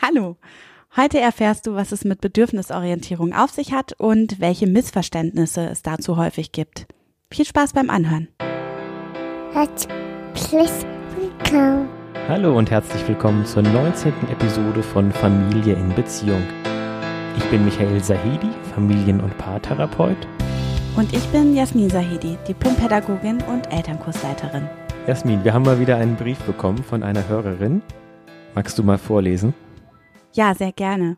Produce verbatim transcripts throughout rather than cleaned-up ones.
Hallo, heute erfährst du, was es mit Bedürfnisorientierung auf sich hat und welche Missverständnisse es dazu häufig gibt. Viel Spaß beim Anhören. Hallo und herzlich willkommen zur neunzehnten Episode von Familie in Beziehung. Ich bin Michael Sahedi, Familien- und Paartherapeut. Und ich bin Jasmin Sahedi, Diplompädagogin und Elternkursleiterin. Jasmin, wir haben mal wieder einen Brief bekommen von einer Hörerin. Magst du mal vorlesen? Ja, sehr gerne.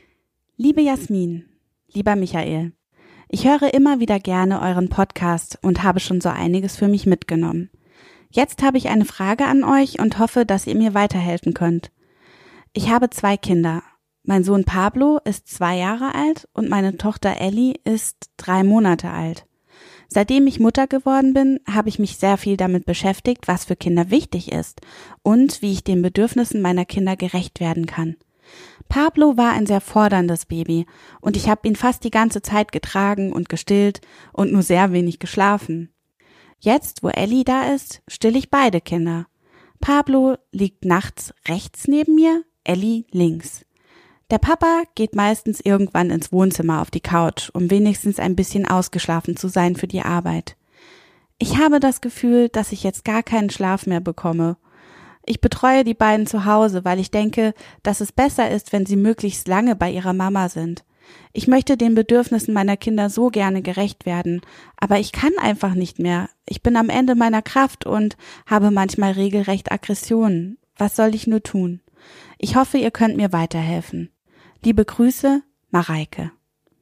Liebe Jasmin, lieber Michael, ich höre immer wieder gerne euren Podcast und habe schon so einiges für mich mitgenommen. Jetzt habe ich eine Frage an euch und hoffe, dass ihr mir weiterhelfen könnt. Ich habe zwei Kinder. Mein Sohn Pablo ist zwei Jahre alt und meine Tochter Ellie ist drei Monate alt. Seitdem ich Mutter geworden bin, habe ich mich sehr viel damit beschäftigt, was für Kinder wichtig ist und wie ich den Bedürfnissen meiner Kinder gerecht werden kann. Pablo war ein sehr forderndes Baby und ich habe ihn fast die ganze Zeit getragen und gestillt und nur sehr wenig geschlafen. Jetzt, wo Ellie da ist, still ich beide Kinder. Pablo liegt nachts rechts neben mir, Ellie links. Der Papa geht meistens irgendwann ins Wohnzimmer auf die Couch, um wenigstens ein bisschen ausgeschlafen zu sein für die Arbeit. Ich habe das Gefühl, dass ich jetzt gar keinen Schlaf mehr bekomme. Ich betreue die beiden zu Hause, weil ich denke, dass es besser ist, wenn sie möglichst lange bei ihrer Mama sind. Ich möchte den Bedürfnissen meiner Kinder so gerne gerecht werden, aber ich kann einfach nicht mehr. Ich bin am Ende meiner Kraft und habe manchmal regelrecht Aggressionen. Was soll ich nur tun? Ich hoffe, ihr könnt mir weiterhelfen. Liebe Grüße, Mareike.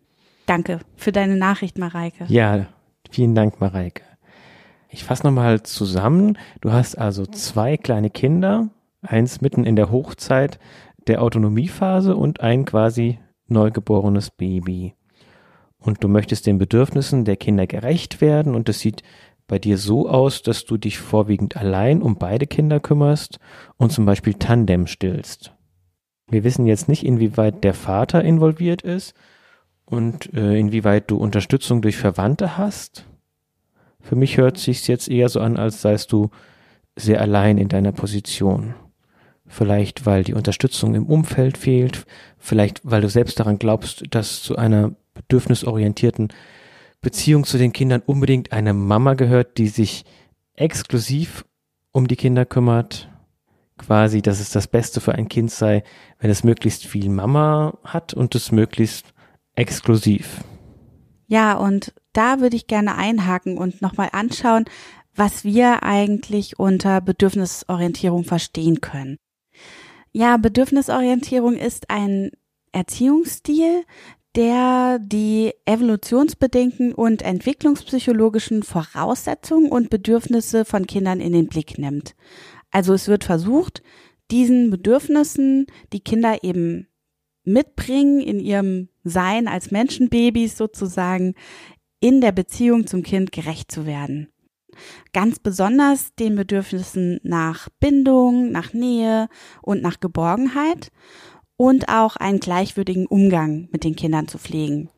Danke für deine Nachricht, Mareike. Ja, vielen Dank, Mareike. Ich fasse nochmal zusammen. Du hast also zwei kleine Kinder, eins mitten in der Hochzeit der Autonomiephase und ein quasi neugeborenes Baby. Und du möchtest den Bedürfnissen der Kinder gerecht werden und es sieht bei dir so aus, dass du dich vorwiegend allein um beide Kinder kümmerst und zum Beispiel Tandem stillst. Wir wissen jetzt nicht, inwieweit der Vater involviert ist und äh, inwieweit du Unterstützung durch Verwandte hast. Für mich hört es sich jetzt eher so an, als seist du sehr allein in deiner Position. Vielleicht, weil die Unterstützung im Umfeld fehlt, vielleicht, weil du selbst daran glaubst, dass zu einer bedürfnisorientierten Beziehung zu den Kindern unbedingt eine Mama gehört, die sich exklusiv um die Kinder kümmert. Quasi, dass es das Beste für ein Kind sei, wenn es möglichst viel Mama hat und es möglichst exklusiv. Ja, und da würde ich gerne einhaken und nochmal anschauen, was wir eigentlich unter Bedürfnisorientierung verstehen können. Ja, Bedürfnisorientierung ist ein Erziehungsstil, der die evolutionsbedingten und entwicklungspsychologischen Voraussetzungen und Bedürfnisse von Kindern in den Blick nimmt. Also es wird versucht, diesen Bedürfnissen, die Kinder eben mitbringen in ihrem Sein als Menschenbabys sozusagen, in der Beziehung zum Kind gerecht zu werden. Ganz besonders den Bedürfnissen nach Bindung, nach Nähe und nach Geborgenheit und auch einen gleichwürdigen Umgang mit den Kindern zu pflegen.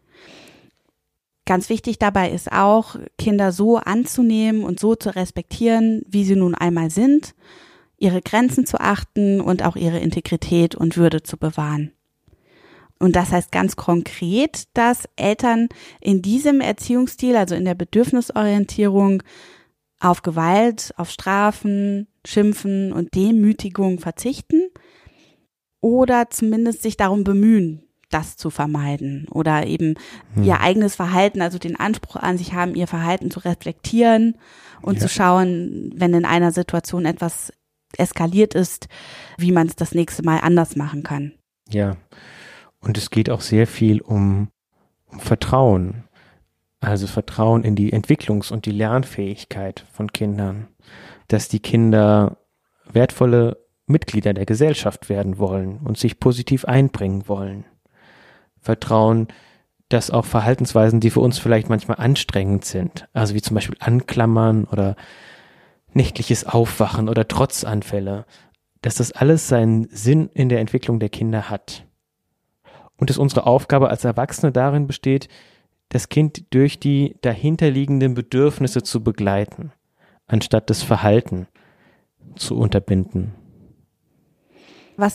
Ganz wichtig dabei ist auch, Kinder so anzunehmen und so zu respektieren, wie sie nun einmal sind, ihre Grenzen zu achten und auch ihre Integrität und Würde zu bewahren. Und das heißt ganz konkret, dass Eltern in diesem Erziehungsstil, also in der Bedürfnisorientierung, auf Gewalt, auf Strafen, Schimpfen und Demütigung verzichten oder zumindest sich darum bemühen, das zu vermeiden oder eben hm. ihr eigenes Verhalten, also den Anspruch an sich haben, ihr Verhalten zu reflektieren und ja. zu schauen, wenn in einer Situation etwas eskaliert ist, wie man es das nächste Mal anders machen kann. Ja, und es geht auch sehr viel um, um Vertrauen, also Vertrauen in die Entwicklungs- und die Lernfähigkeit von Kindern, dass die Kinder wertvolle Mitglieder der Gesellschaft werden wollen und sich positiv einbringen wollen. Vertrauen, dass auch Verhaltensweisen, die für uns vielleicht manchmal anstrengend sind, also wie zum Beispiel Anklammern oder nächtliches Aufwachen oder Trotzanfälle, dass das alles seinen Sinn in der Entwicklung der Kinder hat. Und dass unsere Aufgabe als Erwachsene darin besteht, das Kind durch die dahinterliegenden Bedürfnisse zu begleiten, anstatt das Verhalten zu unterbinden. Was mich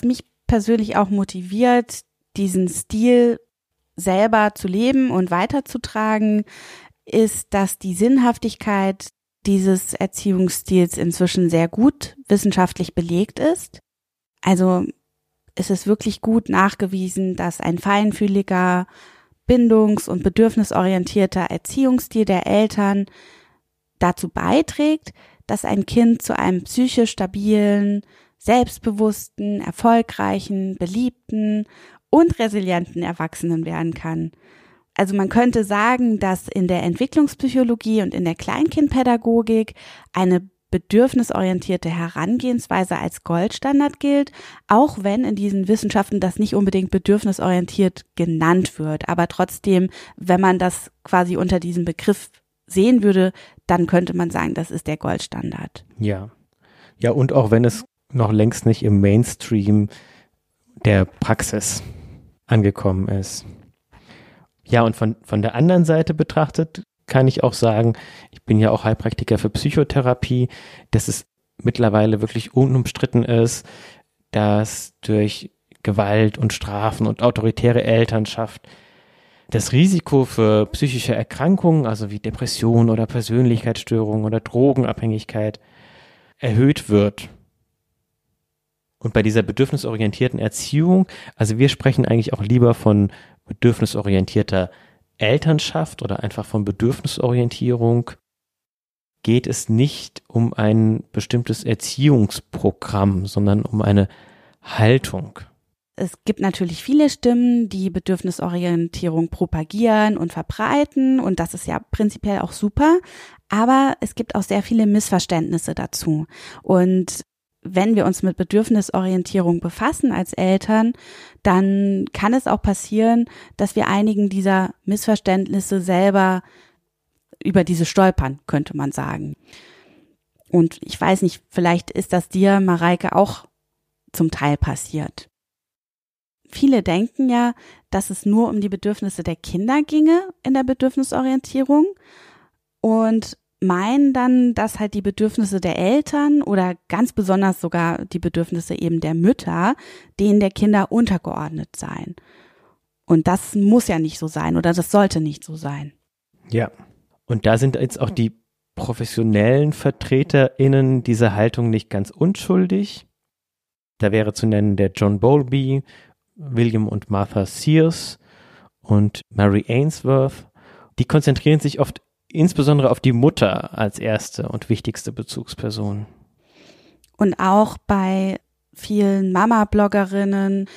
persönlich auch motiviert, diesen Stil selber zu leben und weiterzutragen, ist, dass die Sinnhaftigkeit dieses Erziehungsstils inzwischen sehr gut wissenschaftlich belegt ist. Also es ist wirklich gut nachgewiesen, dass ein feinfühliger, bindungs- und bedürfnisorientierter Erziehungsstil der Eltern dazu beiträgt, dass ein Kind zu einem psychisch stabilen, selbstbewussten, erfolgreichen, beliebten und resilienten Erwachsenen werden kann. Also man könnte sagen, dass in der Entwicklungspsychologie und in der Kleinkindpädagogik eine bedürfnisorientierte Herangehensweise als Goldstandard gilt, auch wenn in diesen Wissenschaften das nicht unbedingt bedürfnisorientiert genannt wird. Aber trotzdem, wenn man das quasi unter diesem Begriff sehen würde, dann könnte man sagen, das ist der Goldstandard. Ja. Ja, und auch wenn es noch längst nicht im Mainstream der Praxis angekommen ist. Ja, und von, von der anderen Seite betrachtet kann ich auch sagen, ich bin ja auch Heilpraktiker für Psychotherapie, dass es mittlerweile wirklich unumstritten ist, dass durch Gewalt und Strafen und autoritäre Elternschaft das Risiko für psychische Erkrankungen, also wie Depression oder Persönlichkeitsstörungen oder Drogenabhängigkeit, erhöht wird. Und bei dieser bedürfnisorientierten Erziehung, also wir sprechen eigentlich auch lieber von bedürfnisorientierter Elternschaft oder einfach von Bedürfnisorientierung, geht es nicht um ein bestimmtes Erziehungsprogramm, sondern um eine Haltung. Es gibt natürlich viele Stimmen, die Bedürfnisorientierung propagieren und verbreiten, und das ist ja prinzipiell auch super, aber es gibt auch sehr viele Missverständnisse dazu. Und wenn wir uns mit Bedürfnisorientierung befassen als Eltern, dann kann es auch passieren, dass wir einigen dieser Missverständnisse selber über diese stolpern, könnte man sagen. Und ich weiß nicht, vielleicht ist das dir, Mareike, auch zum Teil passiert. Viele denken ja, dass es nur um die Bedürfnisse der Kinder ginge in der Bedürfnisorientierung und meinen dann, dass halt die Bedürfnisse der Eltern oder ganz besonders sogar die Bedürfnisse eben der Mütter denen der Kinder untergeordnet seien. Und das muss ja nicht so sein oder das sollte nicht so sein. Ja, und da sind jetzt auch die professionellen VertreterInnen dieser Haltung nicht ganz unschuldig. Da wäre zu nennen der John Bowlby, William und Martha Sears und Mary Ainsworth. Die konzentrieren sich oft insbesondere auf die Mutter als erste und wichtigste Bezugsperson. Und auch bei vielen Mama-Bloggerinnen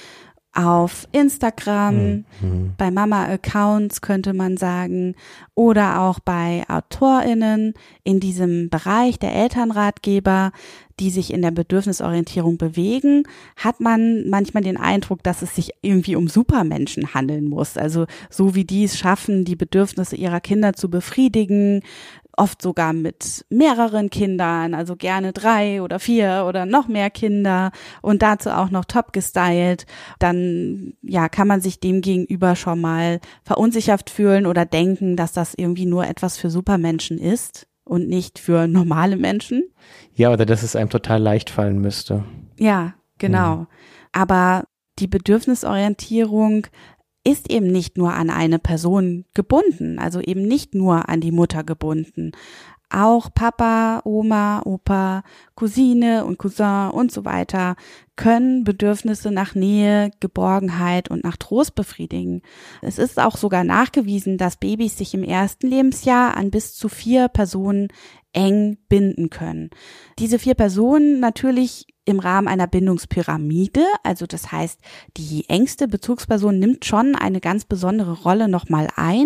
auf Instagram, mhm. bei Mama-Accounts könnte man sagen, oder auch bei AutorInnen in diesem Bereich der Elternratgeber, die sich in der Bedürfnisorientierung bewegen, hat man manchmal den Eindruck, dass es sich irgendwie um Supermenschen handeln muss. Also so wie die es schaffen, die Bedürfnisse ihrer Kinder zu befriedigen, oft sogar mit mehreren Kindern, also gerne drei oder vier oder noch mehr Kinder und dazu auch noch top gestylt, dann ja kann man sich dem gegenüber schon mal verunsichert fühlen oder denken, dass das irgendwie nur etwas für Supermenschen ist und nicht für normale Menschen. Ja, oder dass es einem total leicht fallen müsste. Ja, genau. Mhm. Aber die Bedürfnisorientierung ist eben nicht nur an eine Person gebunden, also eben nicht nur an die Mutter gebunden. Auch Papa, Oma, Opa, Cousine und Cousin und so weiter können Bedürfnisse nach Nähe, Geborgenheit und nach Trost befriedigen. Es ist auch sogar nachgewiesen, dass Babys sich im ersten Lebensjahr an bis zu vier Personen eng binden können. Diese vier Personen natürlich im Rahmen einer Bindungspyramide, also das heißt, die engste Bezugsperson nimmt schon eine ganz besondere Rolle nochmal ein,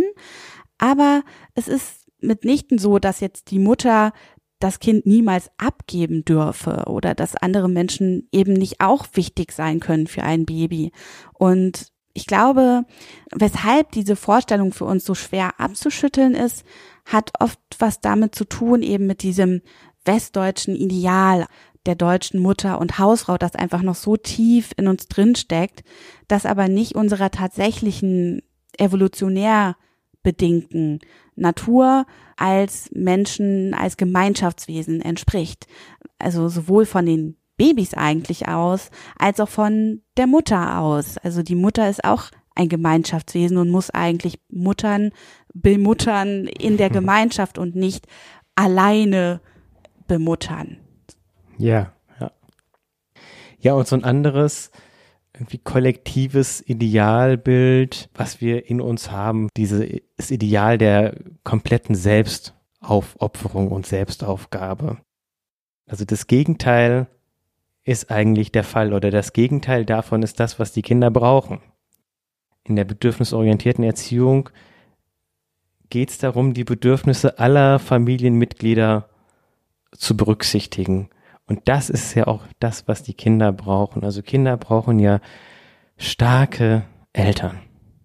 aber es ist mitnichten so, dass jetzt die Mutter das Kind niemals abgeben dürfe oder dass andere Menschen eben nicht auch wichtig sein können für ein Baby. Und ich glaube, weshalb diese Vorstellung für uns so schwer abzuschütteln ist, hat oft was damit zu tun, eben mit diesem westdeutschen Ideal der deutschen Mutter und Hausfrau, das einfach noch so tief in uns drin steckt, das aber nicht unserer tatsächlichen evolutionär bedingten Natur als Menschen, als Gemeinschaftswesen entspricht. Also sowohl von den Babys eigentlich aus, als auch von der Mutter aus. Also die Mutter ist auch ein Gemeinschaftswesen und muss eigentlich Muttern, bemuttern in der Gemeinschaft und nicht alleine bemuttern. Ja, ja. Ja, und so ein anderes, irgendwie kollektives Idealbild, was wir in uns haben, dieses Ideal der kompletten Selbstaufopferung und Selbstaufgabe. Also das Gegenteil ist eigentlich der Fall oder das Gegenteil davon ist das, was die Kinder brauchen. In der bedürfnisorientierten Erziehung geht es darum, die Bedürfnisse aller Familienmitglieder zu berücksichtigen. Und das ist ja auch das, was die Kinder brauchen. Also Kinder brauchen ja starke Eltern.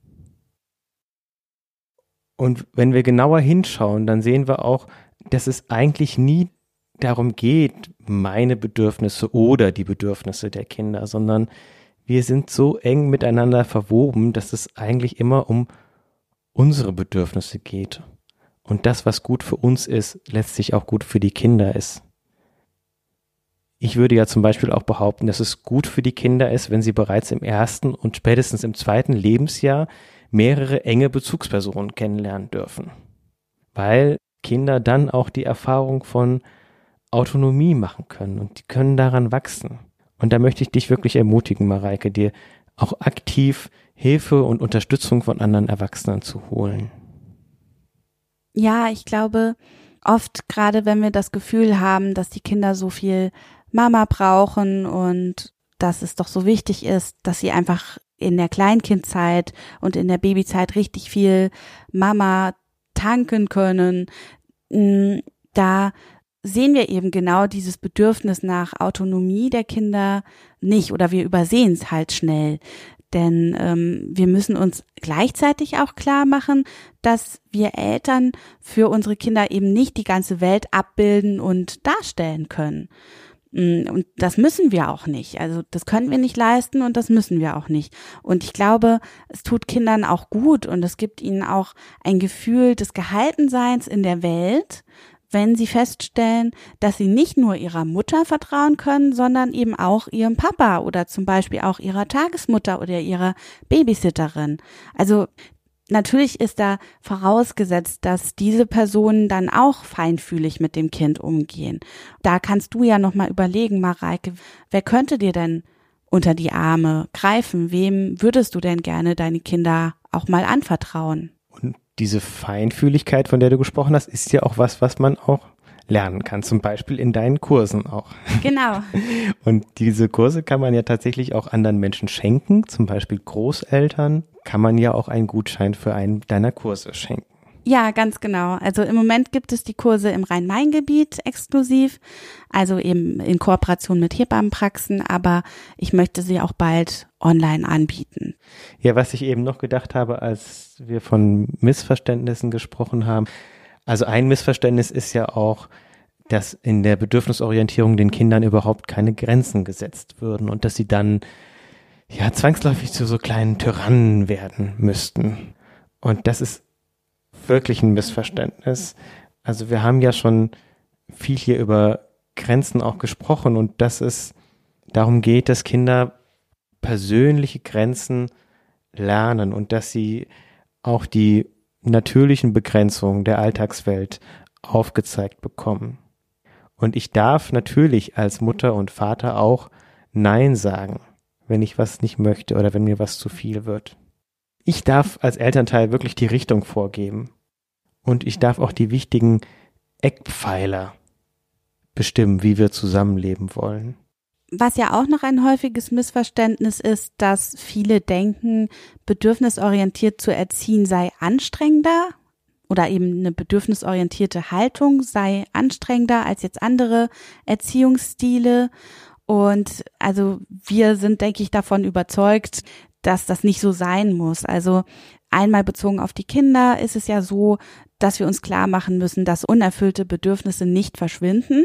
Und wenn wir genauer hinschauen, dann sehen wir auch, dass es eigentlich nie darum geht, meine Bedürfnisse oder die Bedürfnisse der Kinder, sondern wir sind so eng miteinander verwoben, dass es eigentlich immer um unsere Bedürfnisse geht. Und das, was gut für uns ist, letztlich auch gut für die Kinder ist. Ich würde ja zum Beispiel auch behaupten, dass es gut für die Kinder ist, wenn sie bereits im ersten und spätestens im zweiten Lebensjahr mehrere enge Bezugspersonen kennenlernen dürfen. Weil Kinder dann auch die Erfahrung von Autonomie machen können und die können daran wachsen. Und da möchte ich dich wirklich ermutigen, Mareike, dir auch aktiv Hilfe und Unterstützung von anderen Erwachsenen zu holen. Ja, ich glaube, oft gerade wenn wir das Gefühl haben, dass die Kinder so viel Mama brauchen und dass es doch so wichtig ist, dass sie einfach in der Kleinkindzeit und in der Babyzeit richtig viel Mama tanken können, da sehen wir eben genau dieses Bedürfnis nach Autonomie der Kinder nicht oder wir übersehen es halt schnell. Denn ähm, wir müssen uns gleichzeitig auch klar machen, dass wir Eltern für unsere Kinder eben nicht die ganze Welt abbilden und darstellen können. Und das müssen wir auch nicht. Also das können wir nicht leisten und das müssen wir auch nicht. Und ich glaube, es tut Kindern auch gut und es gibt ihnen auch ein Gefühl des Gehaltenseins in der Welt, wenn sie feststellen, dass sie nicht nur ihrer Mutter vertrauen können, sondern eben auch ihrem Papa oder zum Beispiel auch ihrer Tagesmutter oder ihrer Babysitterin. Also natürlich ist da vorausgesetzt, dass diese Personen dann auch feinfühlig mit dem Kind umgehen. Da kannst du ja nochmal überlegen, Mareike, wer könnte dir denn unter die Arme greifen? Wem würdest du denn gerne deine Kinder auch mal anvertrauen? Und diese Feinfühligkeit, von der du gesprochen hast, ist ja auch was, was man auch lernen kann, zum Beispiel in deinen Kursen auch. Genau. Und diese Kurse kann man ja tatsächlich auch anderen Menschen schenken, zum Beispiel Großeltern, kann man ja auch einen Gutschein für einen deiner Kurse schenken. Ja, ganz genau. Also im Moment gibt es die Kurse im Rhein-Main-Gebiet exklusiv, also eben in Kooperation mit Hebammenpraxen, aber ich möchte sie auch bald online anbieten. Ja, was ich eben noch gedacht habe, als wir von Missverständnissen gesprochen haben, also ein Missverständnis ist ja auch, dass in der Bedürfnisorientierung den Kindern überhaupt keine Grenzen gesetzt würden und dass sie dann ja zwangsläufig zu so kleinen Tyrannen werden müssten. Und das ist wirklich ein Missverständnis. Also wir haben ja schon viel hier über Grenzen auch gesprochen und dass es darum geht, dass Kinder persönliche Grenzen lernen und dass sie auch die natürlichen Begrenzungen der Alltagswelt aufgezeigt bekommen. Und ich darf natürlich als Mutter und Vater auch Nein sagen, wenn ich was nicht möchte oder wenn mir was zu viel wird. Ich darf als Elternteil wirklich die Richtung vorgeben und ich darf auch die wichtigen Eckpfeiler bestimmen, wie wir zusammenleben wollen. Was ja auch noch ein häufiges Missverständnis ist, dass viele denken, bedürfnisorientiert zu erziehen sei anstrengender oder eben eine bedürfnisorientierte Haltung sei anstrengender als jetzt andere Erziehungsstile. Und also wir sind, denke ich, davon überzeugt, dass das nicht so sein muss. Also einmal bezogen auf die Kinder ist es ja so, dass wir uns klar machen müssen, dass unerfüllte Bedürfnisse nicht verschwinden,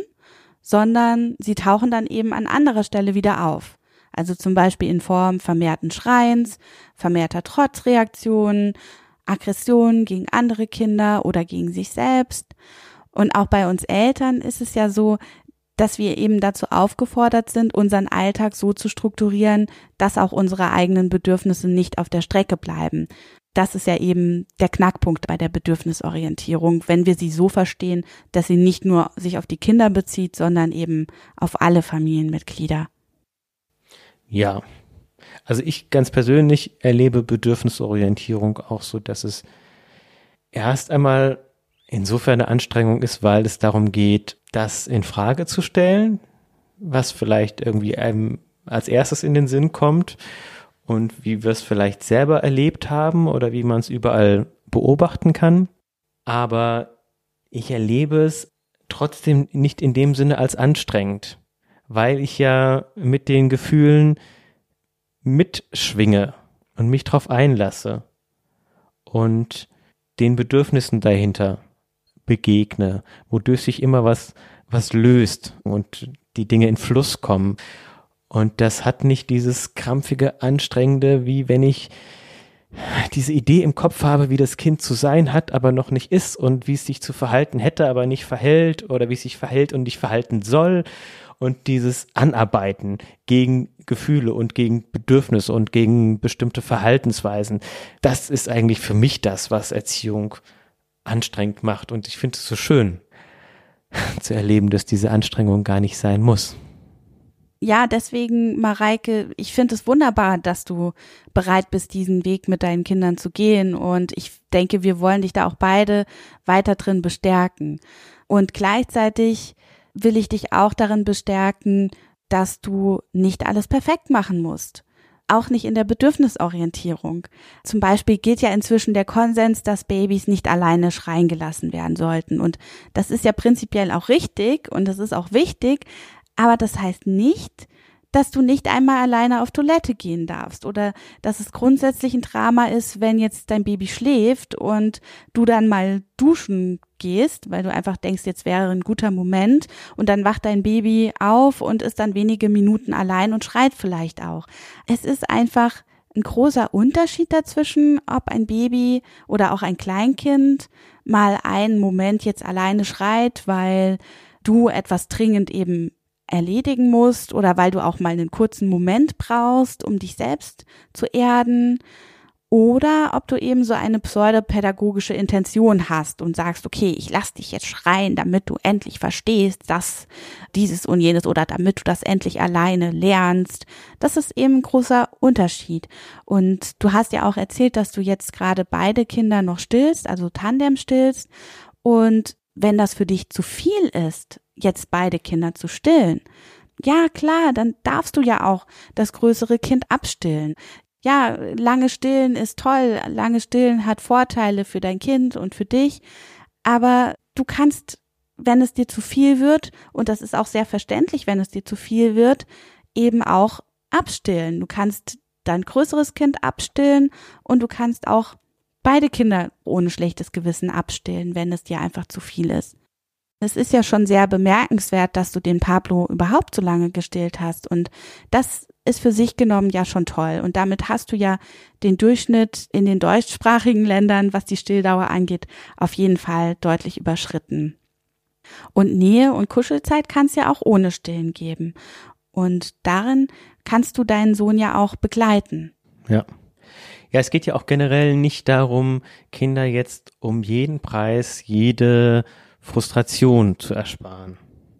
sondern sie tauchen dann eben an anderer Stelle wieder auf. Also zum Beispiel in Form vermehrten Schreins, vermehrter Trotzreaktionen, Aggressionen gegen andere Kinder oder gegen sich selbst. Und auch bei uns Eltern ist es ja so, dass wir eben dazu aufgefordert sind, unseren Alltag so zu strukturieren, dass auch unsere eigenen Bedürfnisse nicht auf der Strecke bleiben. Das ist ja eben der Knackpunkt bei der Bedürfnisorientierung, wenn wir sie so verstehen, dass sie nicht nur sich auf die Kinder bezieht, sondern eben auf alle Familienmitglieder. Ja, also ich ganz persönlich erlebe Bedürfnisorientierung auch so, dass es erst einmal insofern eine Anstrengung ist, weil es darum geht, das in Frage zu stellen, was vielleicht irgendwie einem als erstes in den Sinn kommt und wie wir es vielleicht selber erlebt haben oder wie man es überall beobachten kann. Aber ich erlebe es trotzdem nicht in dem Sinne als anstrengend, weil ich ja mit den Gefühlen mitschwinge und mich drauf einlasse und den Bedürfnissen dahinter begegne, wodurch sich immer was, was löst und die Dinge in Fluss kommen. Und das hat nicht dieses krampfige, anstrengende, wie wenn ich diese Idee im Kopf habe, wie das Kind zu sein hat, aber noch nicht ist und wie es sich zu verhalten hätte, aber nicht verhält oder wie es sich verhält und nicht verhalten soll. Und dieses Anarbeiten gegen Gefühle und gegen Bedürfnisse und gegen bestimmte Verhaltensweisen, das ist eigentlich für mich das, was Erziehung anstrengend macht. Und ich finde es so schön zu erleben, dass diese Anstrengung gar nicht sein muss. Ja, deswegen, Mareike, ich finde es wunderbar, dass du bereit bist, diesen Weg mit deinen Kindern zu gehen. Und ich denke, wir wollen dich da auch beide weiter drin bestärken. Und gleichzeitig will ich dich auch darin bestärken, dass du nicht alles perfekt machen musst. Auch nicht in der Bedürfnisorientierung. Zum Beispiel gilt ja inzwischen der Konsens, dass Babys nicht alleine schreien gelassen werden sollten. Und das ist ja prinzipiell auch richtig und das ist auch wichtig, aber das heißt nicht, dass du nicht einmal alleine auf Toilette gehen darfst oder dass es grundsätzlich ein Drama ist, wenn jetzt dein Baby schläft und du dann mal duschen gehst, weil du einfach denkst, jetzt wäre ein guter Moment und dann wacht dein Baby auf und ist dann wenige Minuten allein und schreit vielleicht auch. Es ist einfach ein großer Unterschied dazwischen, ob ein Baby oder auch ein Kleinkind mal einen Moment jetzt alleine schreit, weil du etwas dringend eben erledigen musst oder weil du auch mal einen kurzen Moment brauchst, um dich selbst zu erden, oder ob du eben so eine pseudopädagogische Intention hast und sagst, okay, ich lass dich jetzt schreien, damit du endlich verstehst, dass dieses und jenes oder damit du das endlich alleine lernst. Das ist eben ein großer Unterschied. Und du hast ja auch erzählt, dass du jetzt gerade beide Kinder noch stillst, also Tandem stillst, und wenn das für dich zu viel ist, jetzt beide Kinder zu stillen, ja klar, dann darfst du ja auch das größere Kind abstillen. Ja, lange stillen ist toll, lange stillen hat Vorteile für dein Kind und für dich, aber du kannst, wenn es dir zu viel wird, und das ist auch sehr verständlich, wenn es dir zu viel wird, eben auch abstillen. Du kannst dein größeres Kind abstillen und du kannst auch beide Kinder ohne schlechtes Gewissen abstillen, wenn es dir einfach zu viel ist. Es ist ja schon sehr bemerkenswert, dass du den Pablo überhaupt so lange gestillt hast, und das ist für sich genommen ja schon toll, und damit hast du ja den Durchschnitt in den deutschsprachigen Ländern, was die Stilldauer angeht, auf jeden Fall deutlich überschritten. Und Nähe und Kuschelzeit kann es ja auch ohne Stillen geben, und darin kannst du deinen Sohn ja auch begleiten. Ja. Ja, es geht ja auch generell nicht darum, Kinder jetzt um jeden Preis jede Frustration zu ersparen.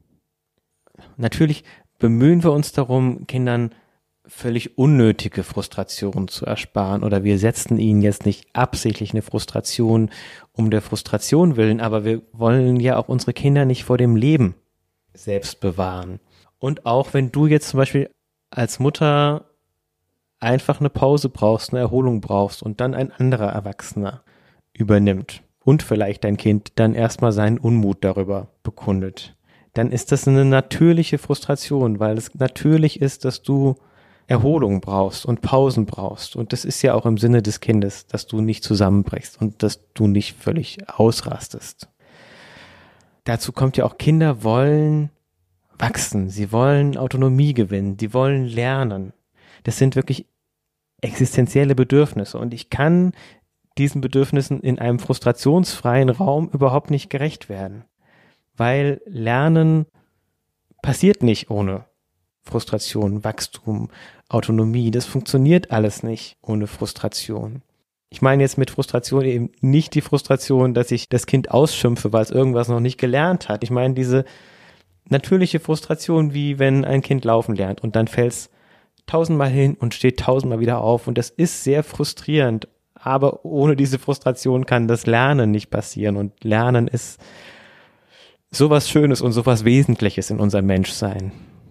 Natürlich bemühen wir uns darum, Kindern völlig unnötige Frustration zu ersparen, oder wir setzen ihnen jetzt nicht absichtlich eine Frustration um der Frustration willen, aber wir wollen ja auch unsere Kinder nicht vor dem Leben selbst bewahren. Und auch wenn du jetzt zum Beispiel als Mutter einfach eine Pause brauchst, eine Erholung brauchst und dann ein anderer Erwachsener übernimmt und vielleicht dein Kind dann erstmal seinen Unmut darüber bekundet, dann ist das eine natürliche Frustration, weil es natürlich ist, dass du Erholung brauchst und Pausen brauchst. Und das ist ja auch im Sinne des Kindes, dass du nicht zusammenbrichst und dass du nicht völlig ausrastest. Dazu kommt ja auch, Kinder wollen wachsen, sie wollen Autonomie gewinnen, die wollen lernen. Das sind wirklich existenzielle Bedürfnisse, und ich kann diesen Bedürfnissen in einem frustrationsfreien Raum überhaupt nicht gerecht werden, weil Lernen passiert nicht ohne Frustration, Wachstum, Autonomie. Das funktioniert alles nicht ohne Frustration. Ich meine jetzt mit Frustration eben nicht die Frustration, dass ich das Kind ausschimpfe, weil es irgendwas noch nicht gelernt hat. Ich meine diese natürliche Frustration, wie wenn ein Kind laufen lernt und dann fällt es tausendmal hin und steht tausendmal wieder auf. Und das ist sehr frustrierend. Aber ohne diese Frustration kann das Lernen nicht passieren. Und Lernen ist sowas Schönes und sowas Wesentliches in unserem Menschsein.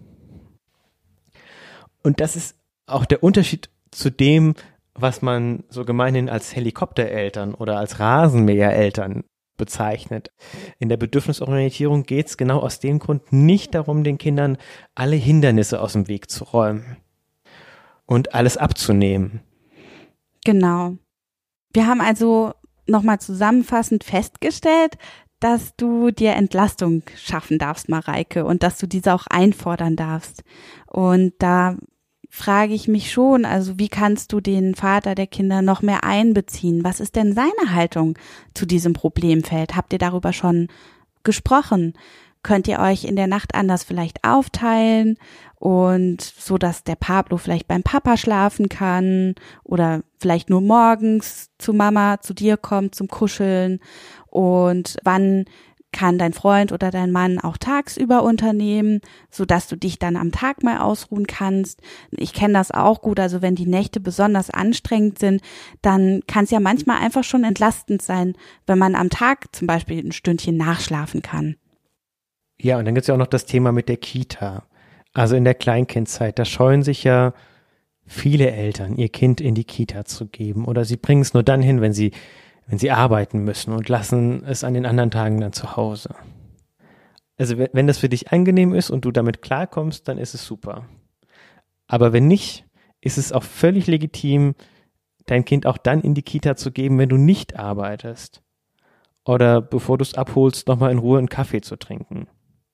Und das ist auch der Unterschied zu dem, was man so gemeinhin als Helikoptereltern oder als Rasenmähereltern bezeichnet. In der Bedürfnisorientierung geht es genau aus dem Grund nicht darum, den Kindern alle Hindernisse aus dem Weg zu räumen und alles abzunehmen. Genau. Wir haben also nochmal zusammenfassend festgestellt, dass du dir Entlastung schaffen darfst, Mareike, und dass du diese auch einfordern darfst. Und da frage ich mich schon, also wie kannst du den Vater der Kinder noch mehr einbeziehen? Was ist denn seine Haltung zu diesem Problemfeld? Habt ihr darüber schon gesprochen? Könnt ihr euch in der Nacht anders vielleicht aufteilen und so, dass der Pablo vielleicht beim Papa schlafen kann oder vielleicht nur morgens zu Mama, zu dir kommt zum Kuscheln? Und wann kann dein Freund oder dein Mann auch tagsüber unternehmen, so dass du dich dann am Tag mal ausruhen kannst? Ich kenne das auch gut, also wenn die Nächte besonders anstrengend sind, dann kann es ja manchmal einfach schon entlastend sein, wenn man am Tag zum Beispiel ein Stündchen nachschlafen kann. Ja, und dann gibt es ja auch noch das Thema mit der Kita. Also in der Kleinkindzeit, da scheuen sich ja viele Eltern, ihr Kind in die Kita zu geben. Oder sie bringen es nur dann hin, wenn sie, wenn sie arbeiten müssen und lassen es an den anderen Tagen dann zu Hause. Also wenn das für dich angenehm ist und du damit klarkommst, dann ist es super. Aber wenn nicht, ist es auch völlig legitim, dein Kind auch dann in die Kita zu geben, wenn du nicht arbeitest. Oder bevor du es abholst, nochmal in Ruhe einen Kaffee zu trinken.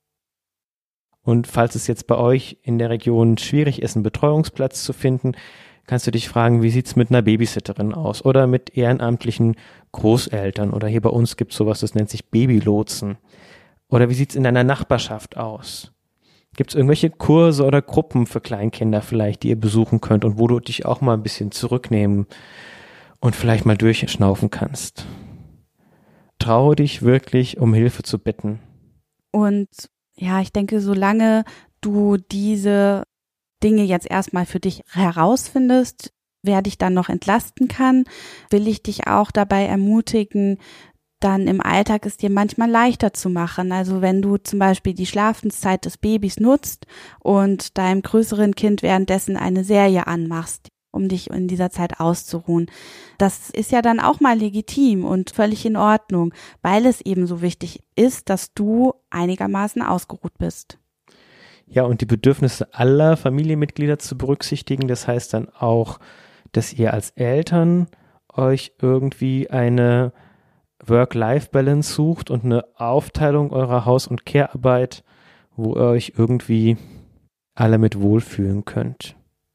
Und falls es jetzt bei euch in der Region schwierig ist, einen Betreuungsplatz zu finden, kannst du dich fragen, wie sieht's mit einer Babysitterin aus oder mit ehrenamtlichen Großeltern oder hier bei uns gibt's sowas, das nennt sich Babylotsen. Oder wie sieht's in deiner Nachbarschaft aus? Gibt's irgendwelche Kurse oder Gruppen für Kleinkinder vielleicht, die ihr besuchen könnt und wo du dich auch mal ein bisschen zurücknehmen und vielleicht mal durchschnaufen kannst? Traue dich wirklich, um Hilfe zu bitten. Und ja, ich denke, solange du diese Dinge jetzt erstmal für dich herausfindest, wer dich dann noch entlasten kann, will ich dich auch dabei ermutigen, dann im Alltag es dir manchmal leichter zu machen. Also wenn du zum Beispiel die Schlafenszeit des Babys nutzt und deinem größeren Kind währenddessen eine Serie anmachst, um dich in dieser Zeit auszuruhen. Das ist ja dann auch mal legitim und völlig in Ordnung, weil es eben so wichtig ist, dass du einigermaßen ausgeruht bist. Ja, und die Bedürfnisse aller Familienmitglieder zu berücksichtigen, das heißt dann auch, dass ihr als Eltern euch irgendwie eine Work-Life-Balance sucht und eine Aufteilung eurer Haus- und Care-Arbeit, wo ihr euch irgendwie alle mit wohlfühlen könnt.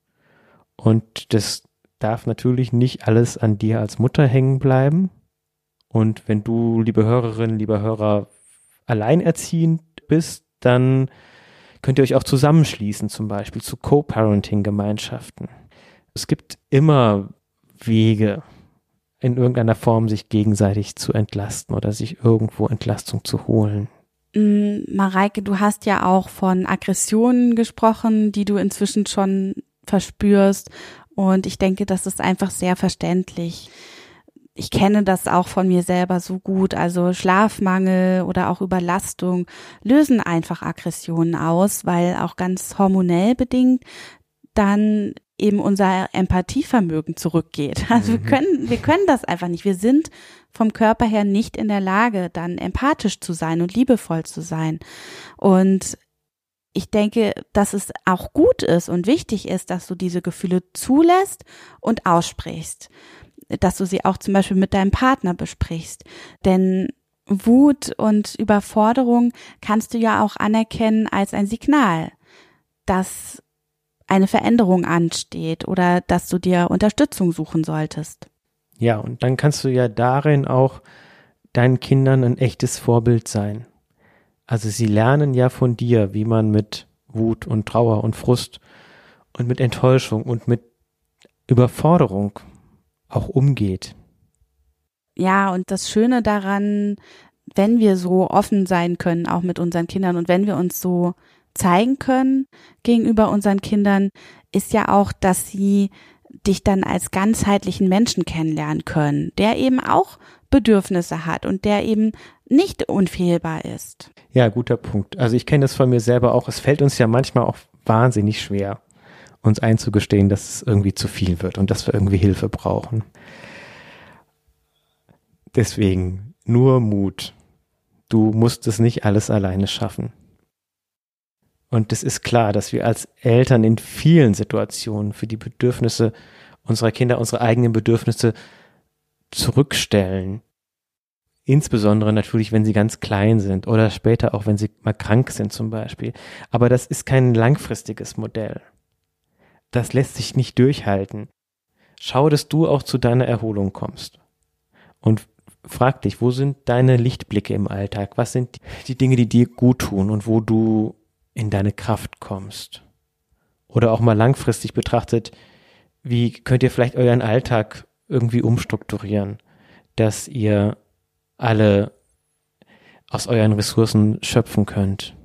Und das darf natürlich nicht alles an dir als Mutter hängen bleiben. Und wenn du, liebe Hörerin, lieber Hörer, alleinerziehend bist, dann könnt ihr euch auch zusammenschließen, zum Beispiel zu Co-Parenting-Gemeinschaften. Es gibt immer Wege, in irgendeiner Form sich gegenseitig zu entlasten oder sich irgendwo Entlastung zu holen. Mareike, du hast ja auch von Aggressionen gesprochen, die du inzwischen schon verspürst, und ich denke, das ist einfach sehr verständlich. Ich kenne das auch von mir selber so gut, also Schlafmangel oder auch Überlastung lösen einfach Aggressionen aus, weil auch ganz hormonell bedingt dann eben unser Empathievermögen zurückgeht. Also wir können, wir können das einfach nicht. Wir sind vom Körper her nicht in der Lage, dann empathisch zu sein und liebevoll zu sein. Und ich denke, dass es auch gut ist und wichtig ist, dass du diese Gefühle zulässt und aussprichst. Dass du sie auch zum Beispiel mit deinem Partner besprichst. Denn Wut und Überforderung kannst du ja auch anerkennen als ein Signal, dass eine Veränderung ansteht oder dass du dir Unterstützung suchen solltest. Ja, und dann kannst du ja darin auch deinen Kindern ein echtes Vorbild sein. Also sie lernen ja von dir, wie man mit Wut und Trauer und Frust und mit Enttäuschung und mit Überforderung auch umgeht. Ja, und das Schöne daran, wenn wir so offen sein können, auch mit unseren Kindern und wenn wir uns so zeigen können gegenüber unseren Kindern, ist ja auch, dass sie dich dann als ganzheitlichen Menschen kennenlernen können, der eben auch Bedürfnisse hat und der eben nicht unfehlbar ist. Ja, guter Punkt. Also ich kenne das von mir selber auch. Es fällt uns ja manchmal auch wahnsinnig schwer, uns einzugestehen, dass es irgendwie zu viel wird und dass wir irgendwie Hilfe brauchen. Deswegen nur Mut. Du musst es nicht alles alleine schaffen. Und es ist klar, dass wir als Eltern in vielen Situationen für die Bedürfnisse unserer Kinder, unsere eigenen Bedürfnisse zurückstellen. Insbesondere natürlich, wenn sie ganz klein sind oder später auch, wenn sie mal krank sind zum Beispiel. Aber das ist kein langfristiges Modell. Das lässt sich nicht durchhalten. Schau, dass du auch zu deiner Erholung kommst. Und frag dich, wo sind deine Lichtblicke im Alltag? Was sind die Dinge, die dir gut tun und wo du in deine Kraft kommst? Oder auch mal langfristig betrachtet, wie könnt ihr vielleicht euren Alltag irgendwie umstrukturieren, dass ihr alle aus euren Ressourcen schöpfen könnt?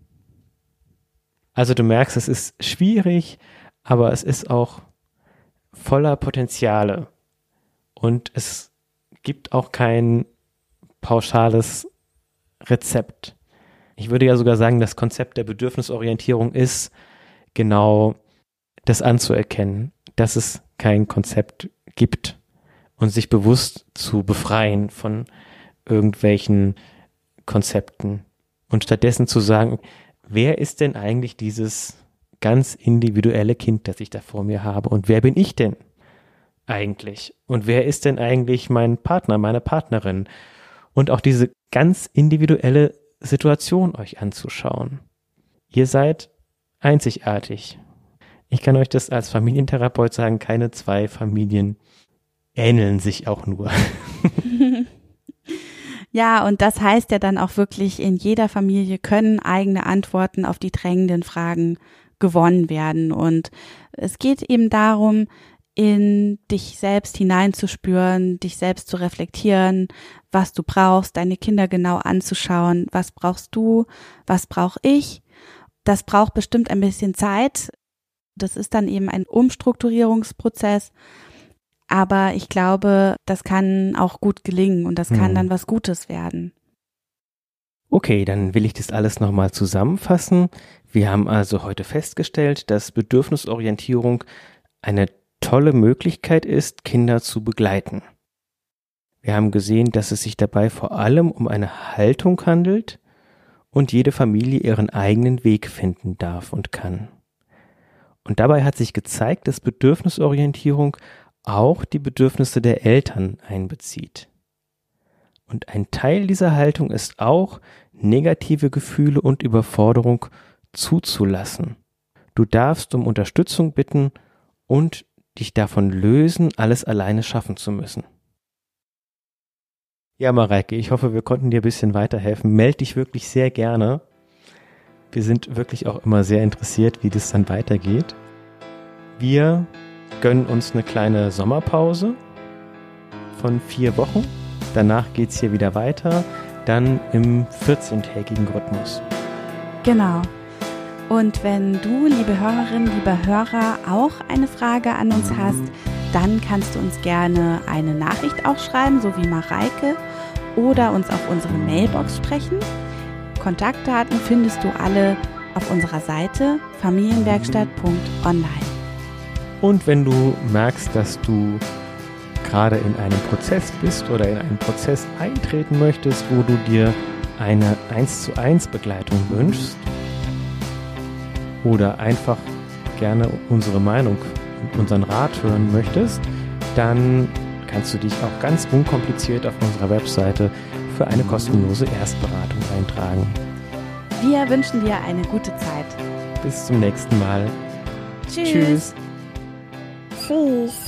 Also du merkst, es ist schwierig, aber es ist auch voller Potenziale und es gibt auch kein pauschales Rezept. Ich würde ja sogar sagen, das Konzept der Bedürfnisorientierung ist genau das anzuerkennen, dass es kein Konzept gibt und sich bewusst zu befreien von irgendwelchen Konzepten und stattdessen zu sagen, wer ist denn eigentlich dieses ganz individuelle Kind, das ich da vor mir habe und wer bin ich denn eigentlich und wer ist denn eigentlich mein Partner, meine Partnerin und auch diese ganz individuelle Situation euch anzuschauen. Ihr seid einzigartig. Ich kann euch das als Familientherapeut sagen, keine zwei Familien ähneln sich auch nur. Ja, und das heißt ja dann auch wirklich, in jeder Familie können eigene Antworten auf die drängenden Fragen gewonnen werden. Und es geht eben darum, in dich selbst hineinzuspüren, dich selbst zu reflektieren, was du brauchst, deine Kinder genau anzuschauen, was brauchst du, was brauche ich. Das braucht bestimmt ein bisschen Zeit. Das ist dann eben ein Umstrukturierungsprozess. Aber ich glaube, das kann auch gut gelingen und das kann hm. dann was Gutes werden. Okay, dann will ich das alles nochmal zusammenfassen. Wir haben also heute festgestellt, dass Bedürfnisorientierung eine tolle Möglichkeit ist, Kinder zu begleiten. Wir haben gesehen, dass es sich dabei vor allem um eine Haltung handelt und jede Familie ihren eigenen Weg finden darf und kann. Und dabei hat sich gezeigt, dass Bedürfnisorientierung auch die Bedürfnisse der Eltern einbezieht. Und ein Teil dieser Haltung ist auch, negative Gefühle und Überforderung zuzulassen. Du darfst um Unterstützung bitten und dich davon lösen, alles alleine schaffen zu müssen. Ja, Mareike, ich hoffe, wir konnten dir ein bisschen weiterhelfen. Meld dich wirklich sehr gerne. Wir sind wirklich auch immer sehr interessiert, wie das dann weitergeht. Wir gönnen uns eine kleine Sommerpause von vier Wochen. Danach geht es hier wieder weiter, dann im vierzehntägigen Rhythmus. Genau. Und wenn du, liebe Hörerin, lieber Hörer, auch eine Frage an uns hast, dann kannst du uns gerne eine Nachricht auch schreiben, so wie Mareike, oder uns auf unsere Mailbox sprechen. Kontaktdaten findest du alle auf unserer Seite familienwerkstatt punkt online. Und wenn du merkst, dass du gerade in einem Prozess bist oder in einen Prozess eintreten möchtest, wo du dir eine eins zu eins Begleitung wünschst oder einfach gerne unsere Meinung und unseren Rat hören möchtest, dann kannst du dich auch ganz unkompliziert auf unserer Webseite für eine kostenlose Erstberatung eintragen. Wir wünschen dir eine gute Zeit. Bis zum nächsten Mal. Tschüss. Tschüss.